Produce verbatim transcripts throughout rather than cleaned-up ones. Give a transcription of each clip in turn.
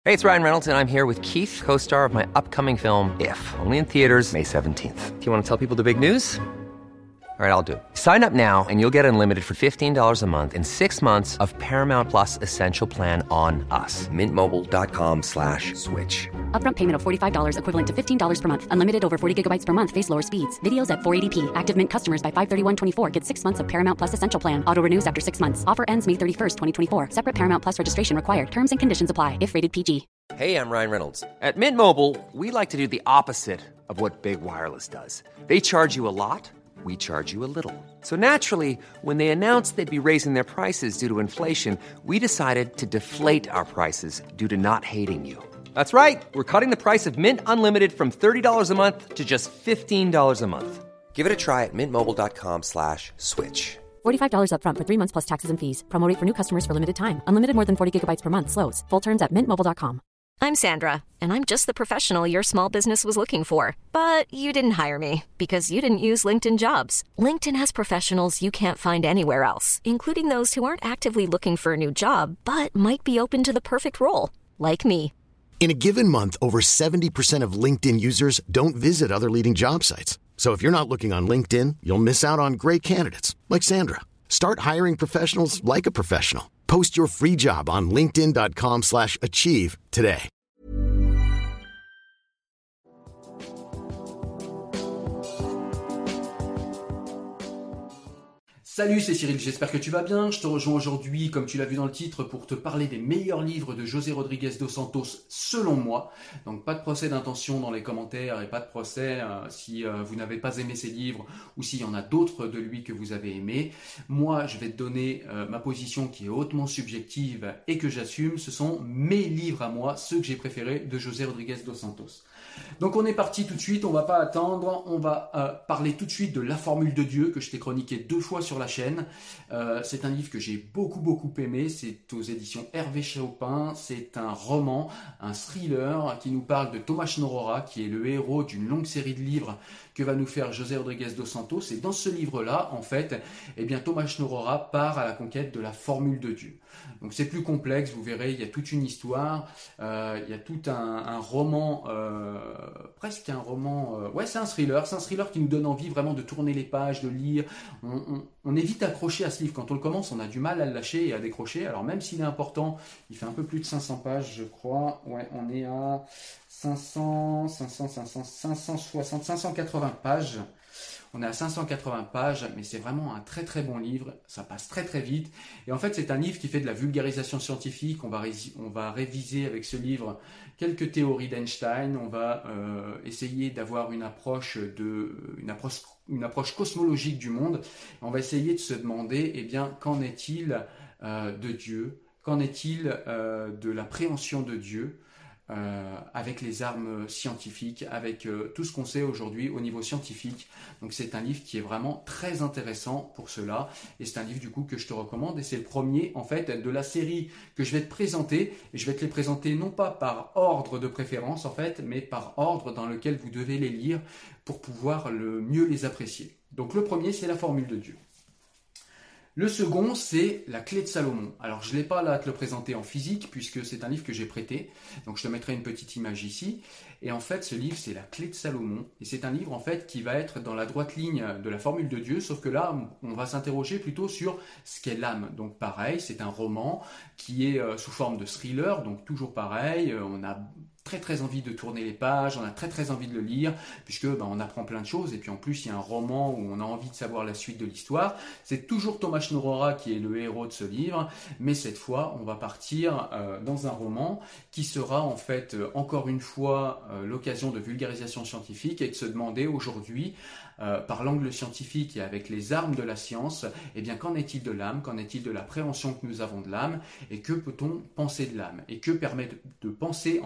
Hey, it's Ryan Reynolds, and I'm here with Keith, co-star of my upcoming film, If, only in theaters May seventeenth. Do you want to tell people the big news? All right, I'll do it. Sign up now and you'll get unlimited for fifteen dollars a month and six months of Paramount Plus Essential Plan on us. Mint Mobile dot com slash switch. Upfront payment of forty-five dollars equivalent to fifteen dollars per month. Unlimited over forty gigabytes per month. Face lower speeds. Videos at four eighty p. Active Mint customers by five thirty-one twenty-four get six months of Paramount Plus Essential Plan. Auto renews after six months. Offer ends May thirty-first, twenty twenty-four. Separate Paramount Plus registration required. Terms and conditions apply if rated P G. Hey, I'm Ryan Reynolds. At Mint Mobile, we like to do the opposite of what Big Wireless does. They charge you a lot. We charge you a little. So naturally, when they announced they'd be raising their prices due to inflation, we decided to deflate our prices due to not hating you. That's right. We're cutting the price of Mint Unlimited from thirty dollars a month to just fifteen dollars a month. Give it a try at mintmobile.com slash switch. forty-five dollars upfront for three months plus taxes and fees. Promo rate for new customers for limited time. Unlimited more than forty gigabytes per month. Slows full terms at mint mobile dot com. I'm Sandra, and I'm just the professional your small business was looking for. But you didn't hire me because you didn't use LinkedIn Jobs. LinkedIn has professionals you can't find anywhere else, including those who aren't actively looking for a new job, but might be open to the perfect role, like me. In a given month, over seventy percent of LinkedIn users don't visit other leading job sites. So if you're not looking on LinkedIn, you'll miss out on great candidates, like Sandra. Start hiring professionals like a professional. Post your free job on linkedin.com slash achieve today. Salut, c'est Cyril, j'espère que tu vas bien. Je te rejoins aujourd'hui, comme tu l'as vu dans le titre, pour te parler des meilleurs livres de José Rodriguez dos Santos, selon moi. Donc pas de procès d'intention dans les commentaires et pas de procès euh, si euh, vous n'avez pas aimé ces livres ou s'il y en a d'autres de lui que vous avez aimés. Moi, je vais te donner euh, ma position qui est hautement subjective et que j'assume. Ce sont mes livres à moi, ceux que j'ai préférés de José Rodriguez dos Santos. Donc on est parti tout de suite, on va pas attendre, on va euh, parler tout de suite de La Formule de Dieu que je t'ai chroniqué deux fois sur la chaîne. Euh, c'est un livre que j'ai beaucoup beaucoup aimé, c'est aux éditions Hervé Chopin, c'est un roman, un thriller qui nous parle de Tomás Norora qui est le héros d'une longue série de livres que va nous faire José Rodriguez dos Santos. Et dans ce livre-là, en fait, eh bien Tomás Norora part à la conquête de la Formule de Dieu. Donc c'est plus complexe, vous verrez, il y a toute une histoire, euh, il y a tout un, un roman, euh, presque un roman, euh, ouais c'est un thriller, c'est un thriller qui nous donne envie vraiment de tourner les pages, de lire. On, on, on est vite accroché à ce livre, quand on le commence, on a du mal à le lâcher et à décrocher. Alors même s'il est important, il fait un peu plus de cinq cents pages, je crois, ouais on est à cinq cents, cinq cents, cinq cents, cinq cent soixante, cinq cent quatre-vingts pages. On est à cinq cent quatre-vingts pages, mais c'est vraiment un très très bon livre, ça passe très très vite. Et en fait, c'est un livre qui fait de la vulgarisation scientifique. On va, ré- on va réviser avec ce livre quelques théories d'Einstein. On va euh, essayer d'avoir une approche, de, une, approche, une approche cosmologique du monde. On va essayer de se demander, eh bien, qu'en est-il euh, de Dieu ? Qu'en est-il euh, de la préhension de Dieu ? Euh, avec les armes scientifiques, avec euh, tout ce qu'on sait aujourd'hui au niveau scientifique. Donc c'est un livre qui est vraiment très intéressant pour cela, et c'est un livre du coup que je te recommande, et c'est le premier en fait de la série que je vais te présenter, et je vais te les présenter non pas par ordre de préférence en fait, mais par ordre dans lequel vous devez les lire pour pouvoir le mieux les apprécier. Donc le premier, c'est La Formule de Dieu. Le second, c'est La Clé de Salomon. Alors, je ne l'ai pas là à te le présenter en physique, puisque c'est un livre que j'ai prêté. Donc, je te mettrai une petite image ici. Et en fait, ce livre, c'est La Clé de Salomon. Et c'est un livre, en fait, qui va être dans la droite ligne de La Formule de Dieu. Sauf que là, on va s'interroger plutôt sur ce qu'est l'âme. Donc, pareil, c'est un roman qui est euh, sous forme de thriller. Donc, toujours pareil, euh, on a très très envie de tourner les pages, on a très très envie de le lire, puisque ben, on apprend plein de choses, et puis en plus il y a un roman où on a envie de savoir la suite de l'histoire. C'est toujours Tomás Norora qui est le héros de ce livre, mais cette fois on va partir euh, dans un roman qui sera en fait euh, encore une fois euh, l'occasion de vulgarisation scientifique, et de se demander aujourd'hui, euh, par l'angle scientifique et avec les armes de la science, eh bien qu'en est-il de l'âme, qu'en est-il de la préhension que nous avons de l'âme, et que peut-on penser de l'âme, et que permet de, de penser en fait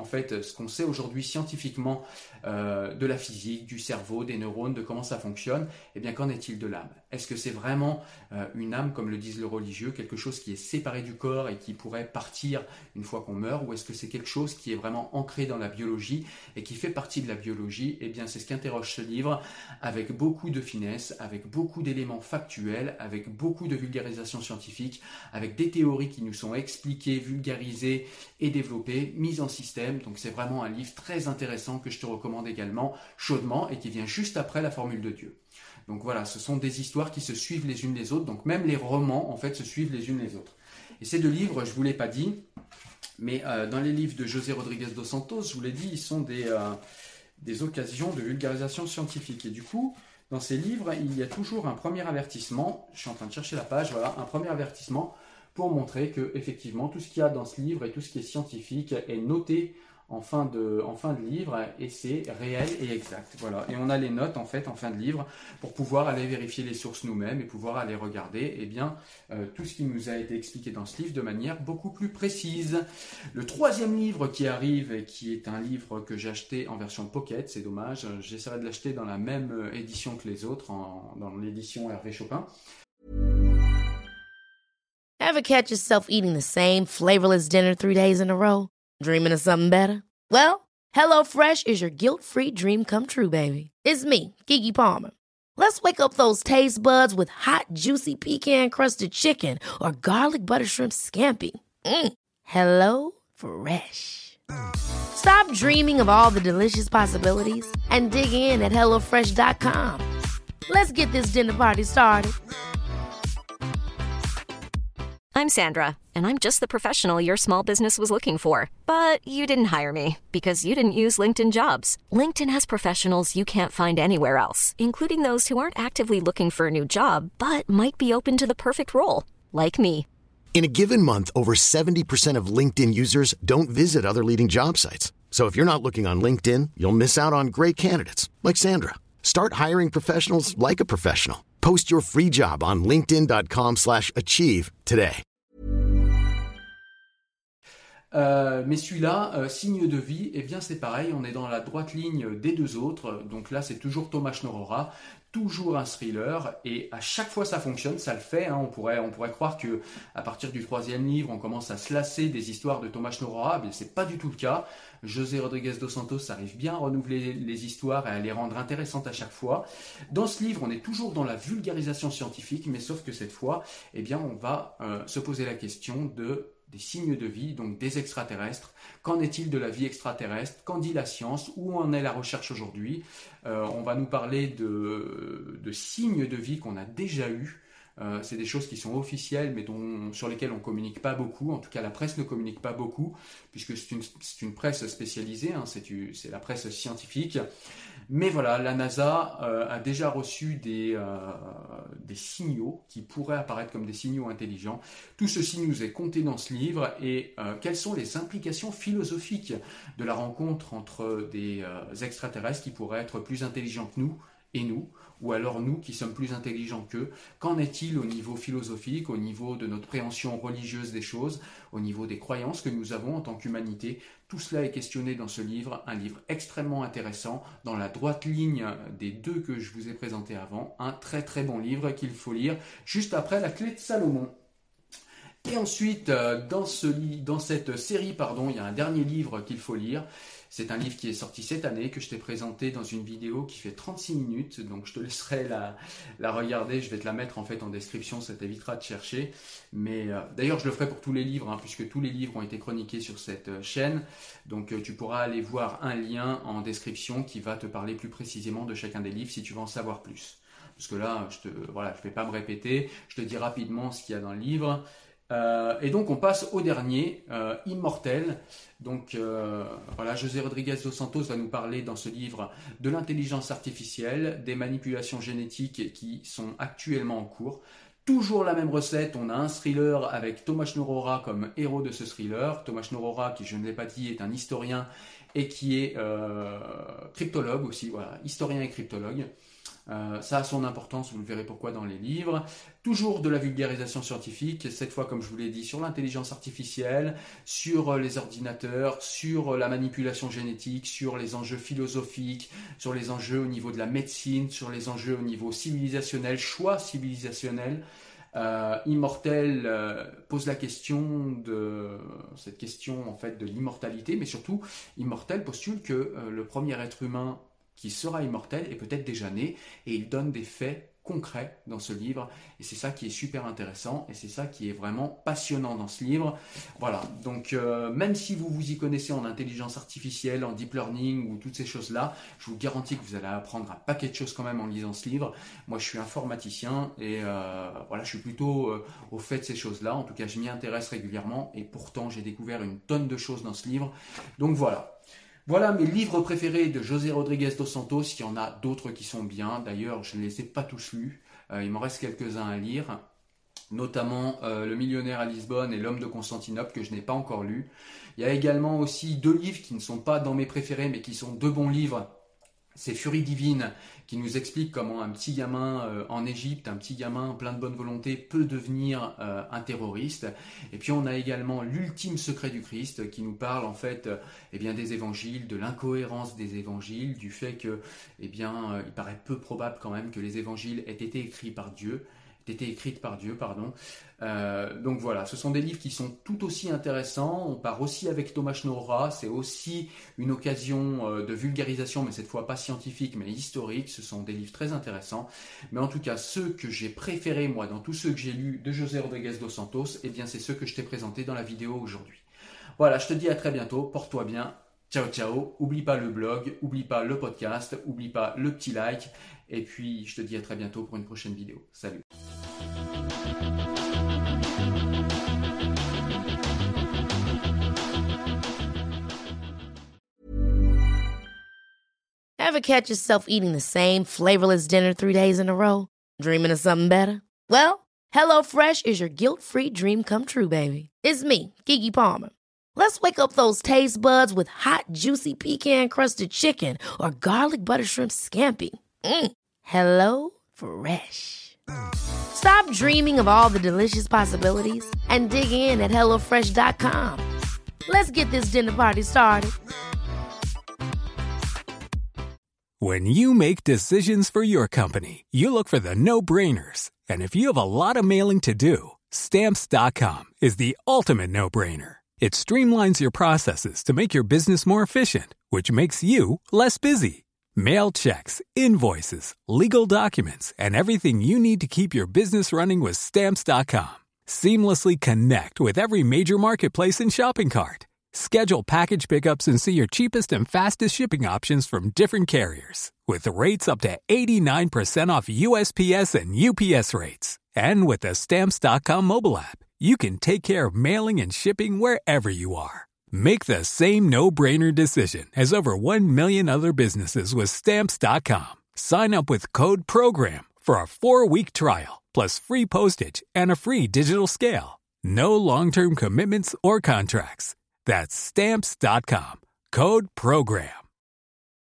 ce qu'on sait aujourd'hui scientifiquement euh, de la physique, du cerveau, des neurones, de comment ça fonctionne, eh bien qu'en est-il de l'âme? Est-ce que c'est vraiment euh, une âme, comme le disent le religieux, quelque chose qui est séparé du corps et qui pourrait partir une fois qu'on meurt, ou est-ce que c'est quelque chose qui est vraiment ancré dans la biologie et qui fait partie de la biologie? Eh bien c'est ce qu'interroge ce livre, avec beaucoup de finesse, avec beaucoup d'éléments factuels, avec beaucoup de vulgarisation scientifique, avec des théories qui nous sont expliquées, vulgarisées et développées, mises en système. Donc c'est vraiment un livre très intéressant que je te recommande également chaudement et qui vient juste après la formule de Dieu. Donc voilà, ce sont des histoires qui se suivent les unes les autres, donc même les romans en fait se suivent les unes les autres. Et ces deux livres, je ne vous l'ai pas dit, mais euh, dans les livres de José Rodrigues dos Santos, je vous l'ai dit, ils sont des, euh, des occasions de vulgarisation scientifique. Et du coup, dans ces livres, il y a toujours un premier avertissement, je suis en train de chercher la page, voilà, un premier avertissement pour montrer que effectivement tout ce qu'il y a dans ce livre et tout ce qui est scientifique est noté en fin de, en fin de livre et c'est réel et exact. Voilà. Et on a les notes en fait en fin de livre pour pouvoir aller vérifier les sources nous-mêmes et pouvoir aller regarder eh bien, euh, tout ce qui nous a été expliqué dans ce livre de manière beaucoup plus précise. Le troisième livre qui arrive et qui est un livre que j'ai acheté en version pocket, c'est dommage, j'essaierai de l'acheter dans la même édition que les autres, en, dans l'édition Hervé Chopin. Ever catch yourself eating the same flavorless dinner three days in a row? Dreaming of something better? Well, HelloFresh is your guilt-free dream come true, baby. It's me, Keke Palmer. Let's wake up those taste buds with hot, juicy pecan-crusted chicken or garlic butter shrimp scampi. Mm. Hello Fresh. Stop dreaming of all the delicious possibilities and dig in at hello fresh dot com. Let's get this dinner party started. I'm Sandra, and I'm just the professional your small business was looking for. But you didn't hire me because you didn't use LinkedIn Jobs. LinkedIn has professionals you can't find anywhere else, including those who aren't actively looking for a new job, but might be open to the perfect role, like me. In a given month, over seventy percent of LinkedIn users don't visit other leading job sites. So if you're not looking on LinkedIn, you'll miss out on great candidates like Sandra. Start hiring professionals like a professional. Post your free job on linkedin dot com slash achieve today. Euh, mais celui-là, euh, Signe de vie, eh bien c'est pareil, on est dans la droite ligne des deux autres. Donc là, c'est toujours Thomas Schnorrora, toujours un thriller, et à chaque fois ça fonctionne, ça le fait. Hein. On pourrait, on pourrait croire que à partir du troisième livre, on commence à se lasser des histoires de Thomas Schnorrora, mais c'est pas du tout le cas. José Rodrigues dos Santos arrive bien à renouveler les histoires et à les rendre intéressantes à chaque fois. Dans ce livre, on est toujours dans la vulgarisation scientifique, mais sauf que cette fois, eh bien, on va euh, se poser la question de des signes de vie, donc des extraterrestres. Qu'en est-il de la vie extraterrestre? Qu'en dit la science? Où en est la recherche aujourd'hui? euh, On va nous parler de, de signes de vie qu'on a déjà eus. Euh, c'est des choses qui sont officielles, mais dont, sur lesquelles on ne communique pas beaucoup. En tout cas, la presse ne communique pas beaucoup, puisque c'est une, c'est une presse spécialisée, hein, c'est, c'est la presse scientifique. Mais voilà, la NASA euh, a déjà reçu des, euh, des signaux qui pourraient apparaître comme des signaux intelligents. Tout ceci nous est conté dans ce livre. Et euh, quelles sont les implications philosophiques de la rencontre entre des euh, extraterrestres qui pourraient être plus intelligents que nous et nous, ou alors nous qui sommes plus intelligents qu'eux? Qu'en est-il au niveau philosophique, au niveau de notre préhension religieuse des choses, au niveau des croyances que nous avons en tant qu'humanité? Tout cela est questionné dans ce livre, un livre extrêmement intéressant, dans la droite ligne des deux que je vous ai présentés avant, un très très bon livre qu'il faut lire juste après La Clé de Salomon. Et ensuite, dans, ce, dans cette série, pardon, il y a un dernier livre qu'il faut lire. C'est un livre qui est sorti cette année, que je t'ai présenté dans une vidéo qui fait trente-six minutes, donc je te laisserai la, la regarder, je vais te la mettre en fait en description, ça t'évitera de chercher. Mais euh, d'ailleurs, je le ferai pour tous les livres, hein, puisque tous les livres ont été chroniqués sur cette euh, chaîne, donc euh, tu pourras aller voir un lien en description qui va te parler plus précisément de chacun des livres si tu veux en savoir plus. Parce que là, je ne voilà, je vais pas me répéter, je te dis rapidement ce qu'il y a dans le livre. Euh, et donc on passe au dernier, euh, Immortel. Donc euh, voilà, José Rodrigues dos Santos va nous parler dans ce livre de l'intelligence artificielle, des manipulations génétiques qui sont actuellement en cours. Toujours la même recette, on a un thriller avec Thomas Schnorrora comme héros de ce thriller. Thomas Schnorrora, qui je ne l'ai pas dit, est un historien et qui est euh, cryptologue aussi, voilà, historien et cryptologue. Euh, ça a son importance, vous le verrez pourquoi dans les livres. Toujours de la vulgarisation scientifique, cette fois comme je vous l'ai dit, sur l'intelligence artificielle, sur les ordinateurs, sur la manipulation génétique, sur les enjeux philosophiques, sur les enjeux au niveau de la médecine, sur les enjeux au niveau civilisationnel, choix civilisationnel. Euh, Immortel euh, pose la question de cette question en fait de l'immortalité, mais surtout Immortel postule que euh, le premier être humain qui sera immortel est peut-être déjà né, et il donne des faits concrets dans ce livre, et c'est ça qui est super intéressant, et c'est ça qui est vraiment passionnant dans ce livre. Voilà, donc euh, même si vous vous y connaissez en intelligence artificielle, en deep learning ou toutes ces choses-là, je vous garantis que vous allez apprendre un paquet de choses quand même en lisant ce livre. Moi je suis informaticien, et euh, voilà, je suis plutôt euh, au fait de ces choses-là, en tout cas je m'y intéresse régulièrement, et pourtant j'ai découvert une tonne de choses dans ce livre, donc voilà. Voilà mes livres préférés de José Rodriguez dos Santos. Il y en a d'autres qui sont bien. D'ailleurs, je ne les ai pas tous lus. Euh, il m'en reste quelques-uns à lire. Notamment euh, Le millionnaire à Lisbonne et L'homme de Constantinople que je n'ai pas encore lu. Il y a également aussi deux livres qui ne sont pas dans mes préférés mais qui sont deux bons livres. C'est Furie divine qui nous explique comment un petit gamin euh, en Égypte, un petit gamin plein de bonne volonté peut devenir euh, un terroriste. Et puis on a également L'ultime secret du Christ qui nous parle en fait euh, eh bien, des évangiles, de l'incohérence des évangiles, du fait que eh bien, euh, il paraît peu probable quand même que les évangiles aient été écrits par Dieu. été écrite par Dieu, pardon. Euh, donc voilà, ce sont des livres qui sont tout aussi intéressants. On part aussi avec Thomas Schnorra, c'est aussi une occasion euh, de vulgarisation, mais cette fois pas scientifique, mais historique. Ce sont des livres très intéressants. Mais en tout cas, ceux que j'ai préférés, moi, dans tous ceux que j'ai lus de José Rodriguez dos Santos, eh bien c'est ceux que je t'ai présentés dans la vidéo aujourd'hui. Voilà, je te dis à très bientôt, porte-toi bien. Ciao, ciao. Oublie pas le blog, oublie pas le podcast, oublie pas le petit like. Et puis, je te dis à très bientôt pour une prochaine vidéo. Salut. Ever catch yourself eating the same flavorless dinner three days in a row? Dreaming of something better? Well, HelloFresh is your guilt-free dream come true, baby. It's me, Keke Palmer. Let's wake up those taste buds with hot, juicy pecan-crusted chicken or garlic butter shrimp scampi. Mm. Hello Fresh. Stop dreaming of all the delicious possibilities and dig in at hello fresh dot com. Let's get this dinner party started. When you make decisions for your company, you look for the no-brainers. And if you have a lot of mailing to do, Stamps dot com is the ultimate no-brainer. It streamlines your processes to make your business more efficient, which makes you less busy. Mail checks, invoices, legal documents, and everything you need to keep your business running with Stamps dot com. Seamlessly connect with every major marketplace and shopping cart. Schedule package pickups and see your cheapest and fastest shipping options from different carriers. With rates up to eighty-nine percent off U S P S and U P S rates. And with the Stamps dot com mobile app, you can take care of mailing and shipping wherever you are. Make the same no-brainer decision as over one million other businesses with Stamps dot com. Sign up with code PROGRAM for a four-week trial, plus free postage and a free digital scale. No long-term commitments or contracts. That's Stamps dot com. Code PROGRAM.